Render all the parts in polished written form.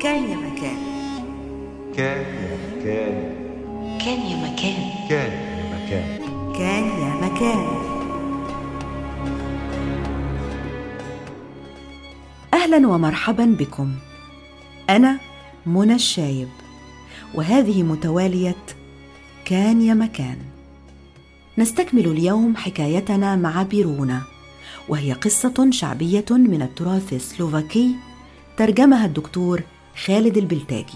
كان يا مكان. كان يا مكان. كان يا مكان. كان يا مكان. كان يا مكان. أهلا ومرحبا بكم. أنا منى الشايب، وهذه متوالية كان يا مكان. نستكمل اليوم حكايتنا مع بيرونا، وهي قصة شعبية من التراث السلوفاكي ترجمها الدكتور خالد البلتاجي.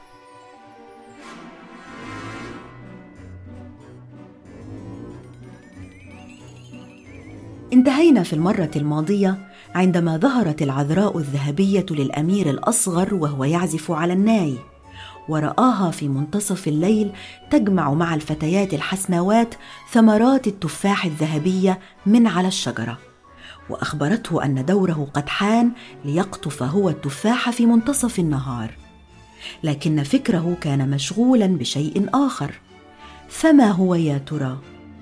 انتهينا في المرة الماضية عندما ظهرت العذراء الذهبية للأمير الأصغر وهو يعزف على الناي، ورآها في منتصف الليل تجمع مع الفتيات الحسناوات ثمرات التفاح الذهبية من على الشجرة، وأخبرته أن دوره قد حان ليقطف هو التفاح في منتصف النهار. لكن فكره كان مشغولا بشيء آخر، فما هو يا ترى؟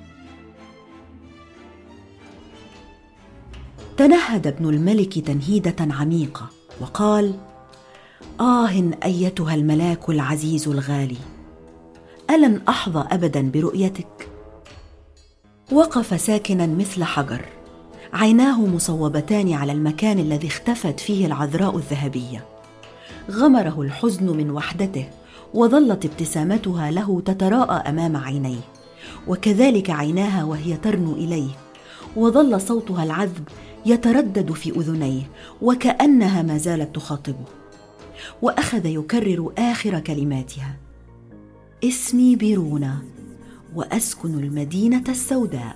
تنهد ابن الملك تنهيدة عميقة وقال: أيتها الملاك العزيز الغالي، ألن أحظى أبدا برؤيتك؟ وقف ساكنا مثل حجر، عيناه مصوبتان على المكان الذي اختفت فيه العذراء الذهبية. غمره الحزن من وحدته، وظلت ابتسامتها له تتراءى أمام عينيه، وكذلك عيناها وهي ترنو إليه، وظل صوتها العذب يتردد في أذنيه وكأنها ما زالت تخاطبه. وأخذ يكرر آخر كلماتها: اسمي بيرونا، وأسكن المدينة السوداء.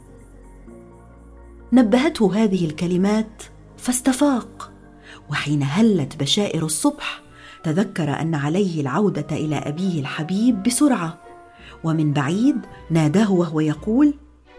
نبهته هذه الكلمات فاستفاق، وحين هلت بشائر الصبح تذكر أن عليه العودة إلى أبيه الحبيب بسرعة، ومن بعيد ناداه وهو يقول: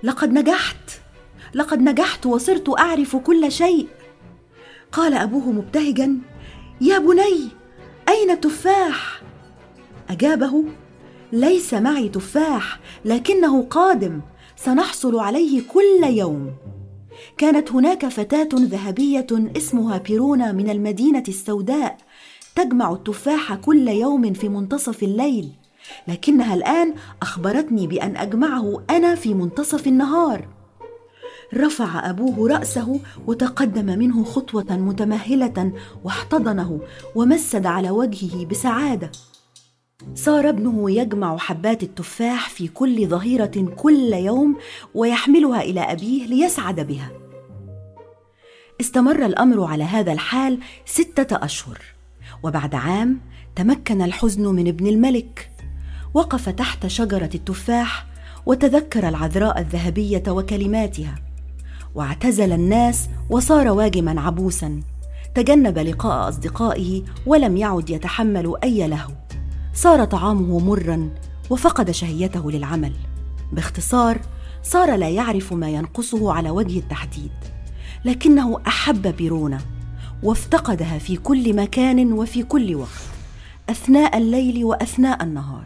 لقد نجحت وصرت أعرف كل شيء. قال أبوه مبتهجا: يا بني، أين التفاح؟ أجابه: ليس معي تفاح، لكنه قادم، سنحصل عليه كل يوم. كانت هناك فتاة ذهبية اسمها بيرونا من المدينة السوداء تجمع التفاح كل يوم في منتصف الليل، لكنها الآن أخبرتني بأن أجمعه أنا في منتصف النهار. رفع أبوه رأسه وتقدم منه خطوة متمهلة واحتضنه ومسد على وجهه بسعادة. صار ابنه يجمع حبات التفاح في كل ظهيرة كل يوم ويحملها إلى أبيه ليسعد بها. استمر الأمر على هذا الحال 6 أشهر، وبعد عام تمكن الحزن من ابن الملك. وقف تحت شجرة التفاح وتذكر العذراء الذهبية وكلماتها، واعتزل الناس وصار واجما عبوسا. تجنب لقاء أصدقائه ولم يعد يتحمل أي لهو. صار طعامه مرا وفقد شهيته للعمل. باختصار، صار لا يعرف ما ينقصه على وجه التحديد، لكنه أحب بيرونا وافتقدها في كل مكان وفي كل وقت، أثناء الليل وأثناء النهار.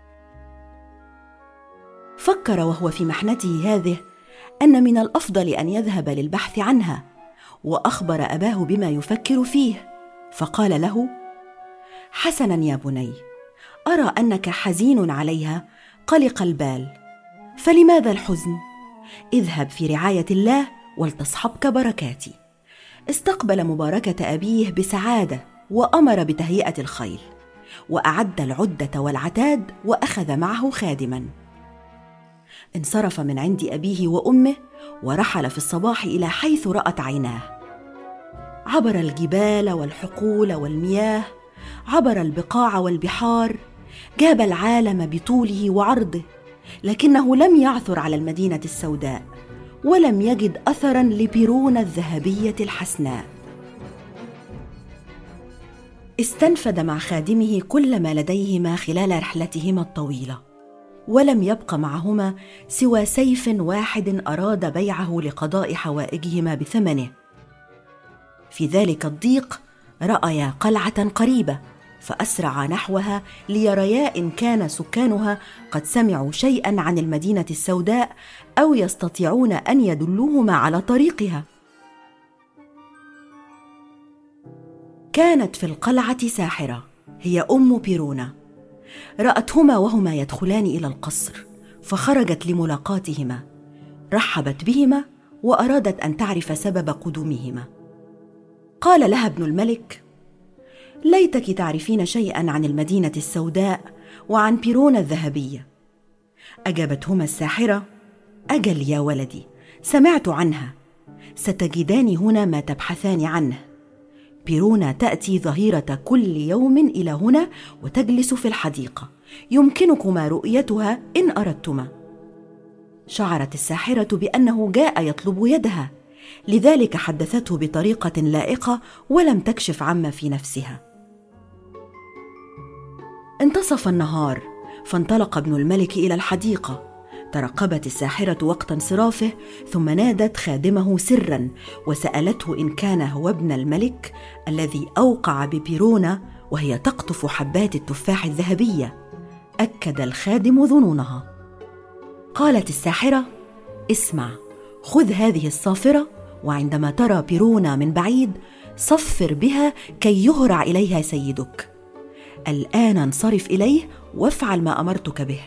فكر وهو في محنته هذه أن من الأفضل أن يذهب للبحث عنها، وأخبر أباه بما يفكر فيه، فقال له: حسنا يا بني، أرى أنك حزين عليها قلق البال، فلماذا الحزن؟ اذهب في رعاية الله ولتصحبك بركاتي. استقبل مباركة أبيه بسعادة، وأمر بتهيئة الخيل، وأعد العدة والعتاد، وأخذ معه خادما. انصرف من عند أبيه وأمه ورحل في الصباح إلى حيث رأت عيناه. عبر الجبال والحقول والمياه، عبر البقاع والبحار، جاب العالم بطوله وعرضه، لكنه لم يعثر على المدينة السوداء، ولم يجد أثرا لبيرونا الذهبية الحسناء. استنفد مع خادمه كل ما لديهما خلال رحلتهما الطويلة، ولم يبق معهما سوى سيف واحد أراد بيعه لقضاء حوائجهما بثمنه. في ذلك الضيق رأيا قلعة قريبة، فأسرعا نحوها ليريا إن كان سكانها قد سمعوا شيئا عن المدينة السوداء أو يستطيعون أن يدلوهما على طريقها. كانت في القلعة ساحرة هي أم بيرونا، رأتهما وهما يدخلان إلى القصر، فخرجت لملاقاتهما، رحبت بهما وأرادت أن تعرف سبب قدومهما. قال لها ابن الملك: ليتك تعرفين شيئا عن المدينة السوداء وعن بيرونا الذهبية. أجابتهما الساحرة: أجل يا ولدي، سمعت عنها، ستجدان هنا ما تبحثان عنه. بيرونا تأتي ظهيرة كل يوم إلى هنا وتجلس في الحديقة، يمكنكما رؤيتها إن أردتما. شعرت الساحرة بأنه جاء يطلب يدها، لذلك حدثته بطريقة لائقة ولم تكشف عما في نفسها. انتصف النهار، فانطلق ابن الملك إلى الحديقة. ترقبت الساحرة وقت انصرافه، ثم نادت خادمه سرا وسألته إن كان هو ابن الملك الذي أوقع ببيرونا وهي تقطف حبات التفاح الذهبية. أكد الخادم ظنونها. قالت الساحرة: اسمع، خذ هذه الصافرة، وعندما ترى بيرونا من بعيد صفر بها كي يهرع إليها سيدك. الآن انصرف إليه وافعل ما أمرتك به.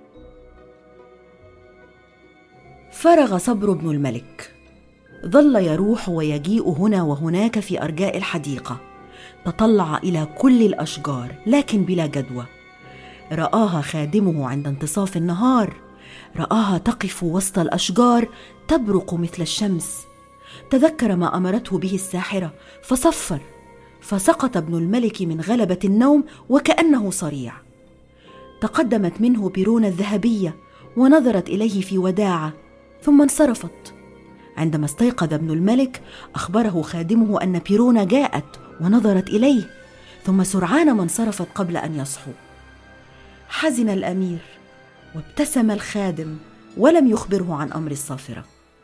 فرغ صبر ابن الملك، ظل يروح ويجيء هنا وهناك في أرجاء الحديقة، تطلع إلى كل الأشجار لكن بلا جدوى. رآها خادمه عند انتصاف النهار، رآها تقف وسط الأشجار تبرق مثل الشمس. تذكر ما أمرته به الساحرة فصفر، فسقط ابن الملك من غلبة النوم وكأنه صريع. تقدمت منه بيرونا الذهبية ونظرت إليه في وداعة، ثم انصرفت. عندما استيقظ ابن الملك أخبره خادمه أن بيرونا جاءت ونظرت إليه، ثم سرعان ما انصرفت قبل أن يصحو. حزن الأمير وابتسم الخادم ولم يخبره عن أمر الصافرة.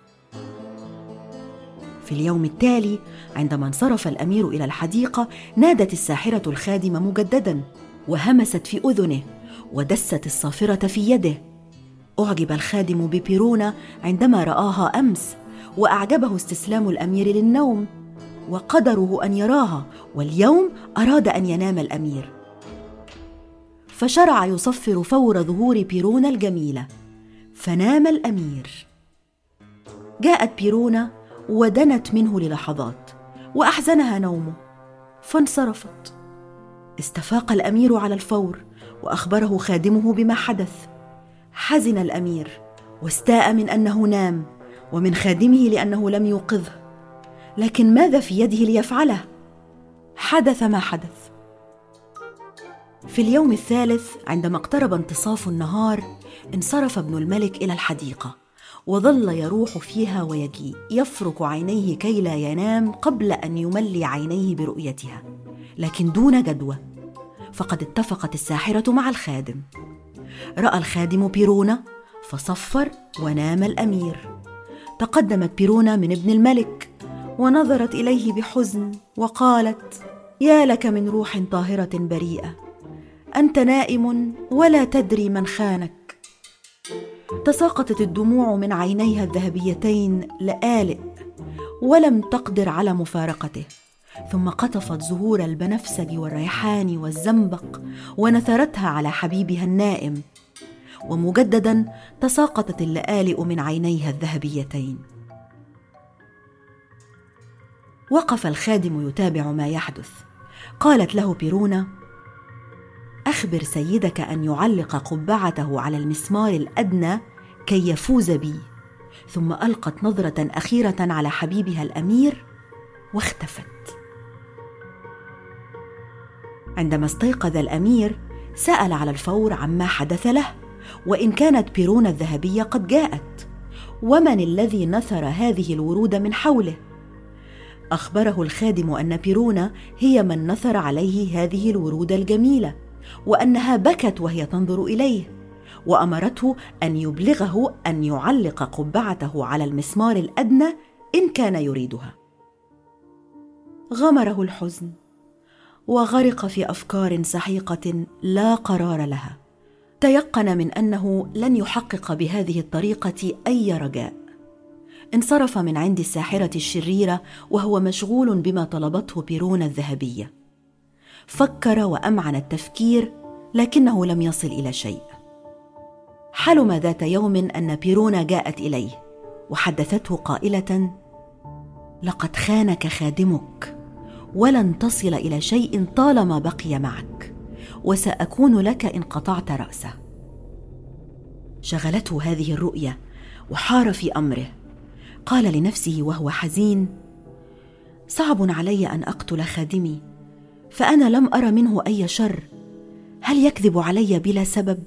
في اليوم التالي عندما انصرف الأمير إلى الحديقة، نادت الساحرة الخادم مجددا وهمست في أذنه ودست الصافرة في يده. أعجب الخادم ببيرونا عندما رآها أمس، وأعجبه استسلام الأمير للنوم وقدره أن يراها، واليوم أراد أن ينام الأمير. فشرع يصفر فور ظهور بيرونا الجميلة، فنام الأمير. جاءت بيرونا ودنت منه للحظات وأحزنها نومه فانصرفت. استفاق الأمير على الفور وأخبره خادمه بما حدث. حزن الأمير واستاء من أنه نام ومن خادمه لأنه لم يوقظه، لكن ماذا في يده ليفعله؟ حدث ما حدث. في اليوم الثالث عندما اقترب انتصاف النهار، انصرف ابن الملك إلى الحديقة وظل يروح فيها ويجيء، يفرك عينيه كي لا ينام قبل أن يملي عينيه برؤيتها، لكن دون جدوى، فقد اتفقت الساحرة مع الخادم. رأى الخادم بيرونا فصفر ونام الأمير. تقدمت بيرونا من ابن الملك ونظرت إليه بحزن وقالت: يا لك من روح طاهرة بريئة، أنت نائم ولا تدري من خانك. تساقطت الدموع من عينيها الذهبيتين لآلئ ولم تقدر على مفارقته، ثم قطفت زهور البنفسج والريحان والزنبق ونثرتها على حبيبها النائم، ومجددا تساقطت اللآلئ من عينيها الذهبيتين. وقف الخادم يتابع ما يحدث. قالت له بيرونا: أخبر سيدك أن يعلق قبعته على المسمار الأدنى كي يفوز بي. ثم ألقت نظرة أخيرة على حبيبها الأمير واختفت. عندما استيقظ الأمير سأل على الفور عما حدث له، وإن كانت بيرونا الذهبية قد جاءت، ومن الذي نثر هذه الورود من حوله. أخبره الخادم أن بيرونا هي من نثر عليه هذه الورود الجميلة، وأنها بكت وهي تنظر إليه، وأمرته أن يبلغه أن يعلق قبعته على المسمار الأدنى إن كان يريدها. غمره الحزن وغرق في أفكار سحيقة لا قرار لها. تيقن من أنه لن يحقق بهذه الطريقة أي رجاء، انصرف من عند الساحرة الشريرة وهو مشغول بما طلبته بيرونا الذهبية. فكر وأمعن التفكير لكنه لم يصل إلى شيء. حلم ذات يوم أن بيرونا جاءت إليه وحدثته قائلة: لقد خانك خادمك، ولن تصل إلى شيء طالما بقي معك، وسأكون لك إن قطعت رأسه. شغلته هذه الرؤية وحار في أمره. قال لنفسه وهو حزين: صعب علي أن أقتل خادمي، فأنا لم أر منه أي شر، هل يكذب علي بلا سبب؟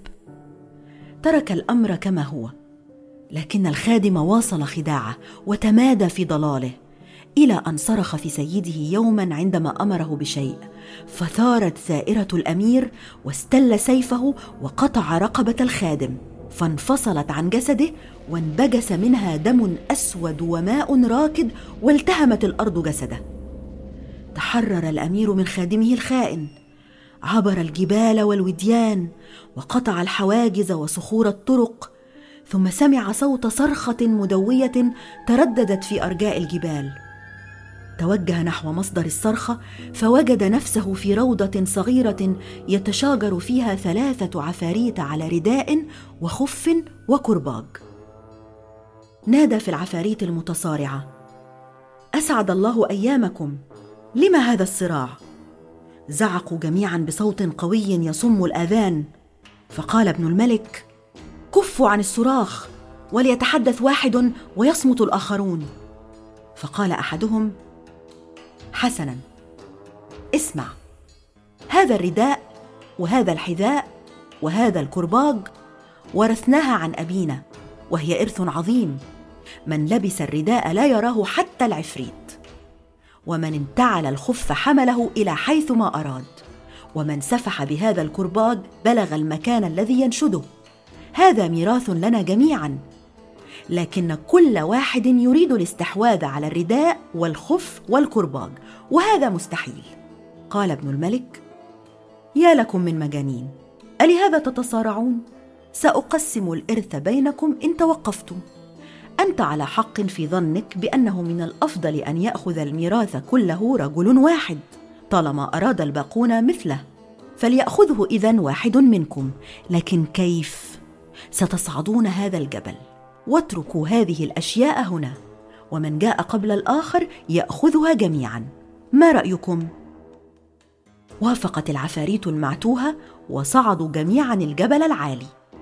ترك الأمر كما هو، لكن الخادم واصل خداعه وتمادى في ضلاله، إلى أن صرخ في سيده يوما عندما أمره بشيء، فثارت ثائرة الأمير واستل سيفه وقطع رقبة الخادم، فانفصلت عن جسده وانبجس منها دم أسود وماء راكد، والتهمت الأرض جسده. تحرر الأمير من خادمه الخائن، عبر الجبال والوديان وقطع الحواجز وصخور الطرق، ثم سمع صوت صرخة مدوية ترددت في أرجاء الجبال. توجه نحو مصدر الصرخة فوجد نفسه في روضة صغيرة يتشاجر فيها 3 عفاريت على رداء وخف وكرباج. نادى في العفاريت المتصارعة: أسعد الله أيامكم، لما هذا الصراع؟ زعقوا جميعا بصوت قوي يصم الآذان. فقال ابن الملك: كفوا عن الصراخ، وليتحدث واحد ويصمت الآخرون. فقال أحدهم: حسنا، اسمع، هذا الرداء وهذا الحذاء وهذا الكرباج ورثناها عن أبينا، وهي إرث عظيم، من لبس الرداء لا يراه حتى العفريت، ومن انتعل الخف حمله إلى حيث ما أراد، ومن سفح بهذا الكرباج بلغ المكان الذي ينشده. هذا ميراث لنا جميعا، لكن كل واحد يريد الاستحواذ على الرداء والخف والكرباج، وهذا مستحيل. قال ابن الملك: يا لكم من مجانين، ألهذا تتصارعون؟ سأقسم الإرث بينكم إن توقفتم. أنت على حق في ظنك بأنه من الأفضل أن يأخذ الميراث كله رجل واحد، طالما أراد الباقون مثله، فليأخذه إذن واحد منكم. لكن كيف؟ ستصعدون هذا الجبل، واتركوا هذه الأشياء هنا، ومن جاء قبل الآخر يأخذها جميعا. ما رأيكم؟ وافقت العفاريت المعتوهة وصعدوا جميعا الجبل العالي.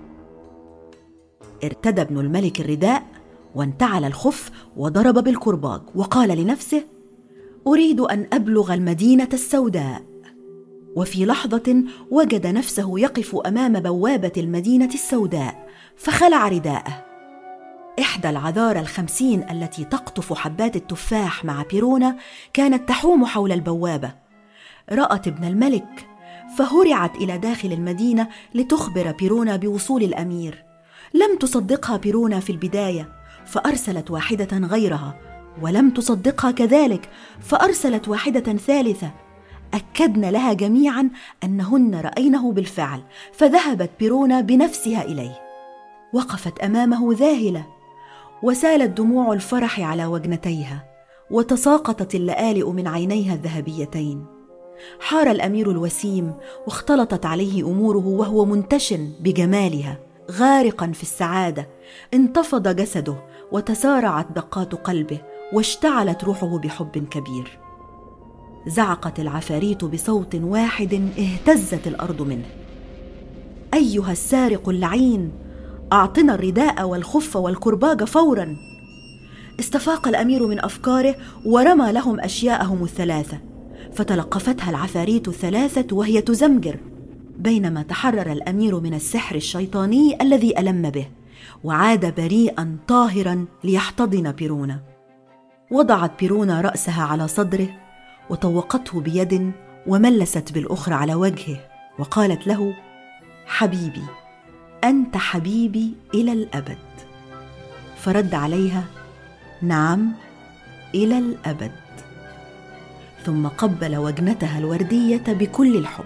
ارتدى ابن الملك الرداء وانتعل الخف وضرب بالكرباج، وقال لنفسه: أريد أن أبلغ المدينة السوداء. وفي لحظة وجد نفسه يقف أمام بوابة المدينة السوداء، فخلع رداءه. إحدى العذارى 50 التي تقطف حبات التفاح مع بيرونا كانت تحوم حول البوابة. رأت ابن الملك فهرعت إلى داخل المدينة لتخبر بيرونا بوصول الأمير. لم تصدقها بيرونا في البداية، فأرسلت واحدة غيرها، ولم تصدقها كذلك، فأرسلت واحدة ثالثة. أكدن لها جميعا أنهن رأينه بالفعل، فذهبت بيرونا بنفسها إليه. وقفت أمامه ذاهلة، وسالت دموع الفرح على وجنتيها، وتساقطت اللآلئ من عينيها الذهبيتين. حار الأمير الوسيم، واختلطت عليه أموره وهو منتشن بجمالها، غارقا في السعادة. انتفض جسده وتسارعت دقات قلبه، واشتعلت روحه بحب كبير. زعقت العفاريت بصوت واحد اهتزت الأرض منه: أيها السارق اللعين، أعطنا الرداء والخف والكرباج فورا. استفاق الأمير من أفكاره ورمى لهم أشياءهم 3، فتلقفتها العفاريت 3 وهي تزمجر، بينما تحرر الأمير من السحر الشيطاني الذي ألم به، وعاد بريئا طاهرا ليحتضن بيرونا. وضعت بيرونا رأسها على صدره وطوقته بيد وملست بالأخرى على وجهه، وقالت له: حبيبي، أنت حبيبي إلى الأبد. فرد عليها: نعم، إلى الأبد. ثم قبل وجنتها الوردية بكل الحب.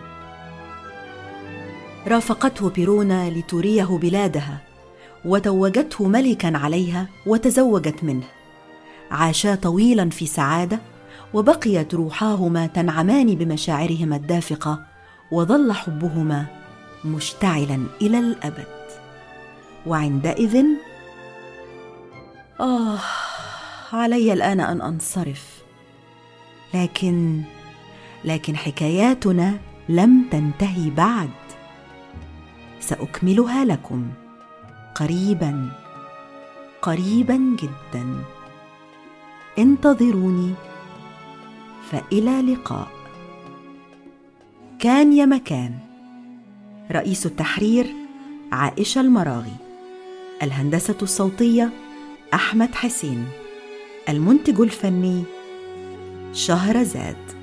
رافقته بيرونا لتريه بلادها، وتوجته ملكا عليها وتزوجت منه. عاشا طويلا في سعادة، وبقيت روحاهما تنعمان بمشاعرهما الدافقة، وظل حبهما مشتعلا إلى الأبد. وعندئذ علي الآن أن أنصرف، لكن حكاياتنا لم تنتهي بعد، سأكملها لكم قريبا جدا. انتظروني، فإلى لقاء. كان يا مكان. رئيس التحرير عائشة المراغي. الهندسة الصوتية أحمد حسين. المنتج الفني شهرزاد.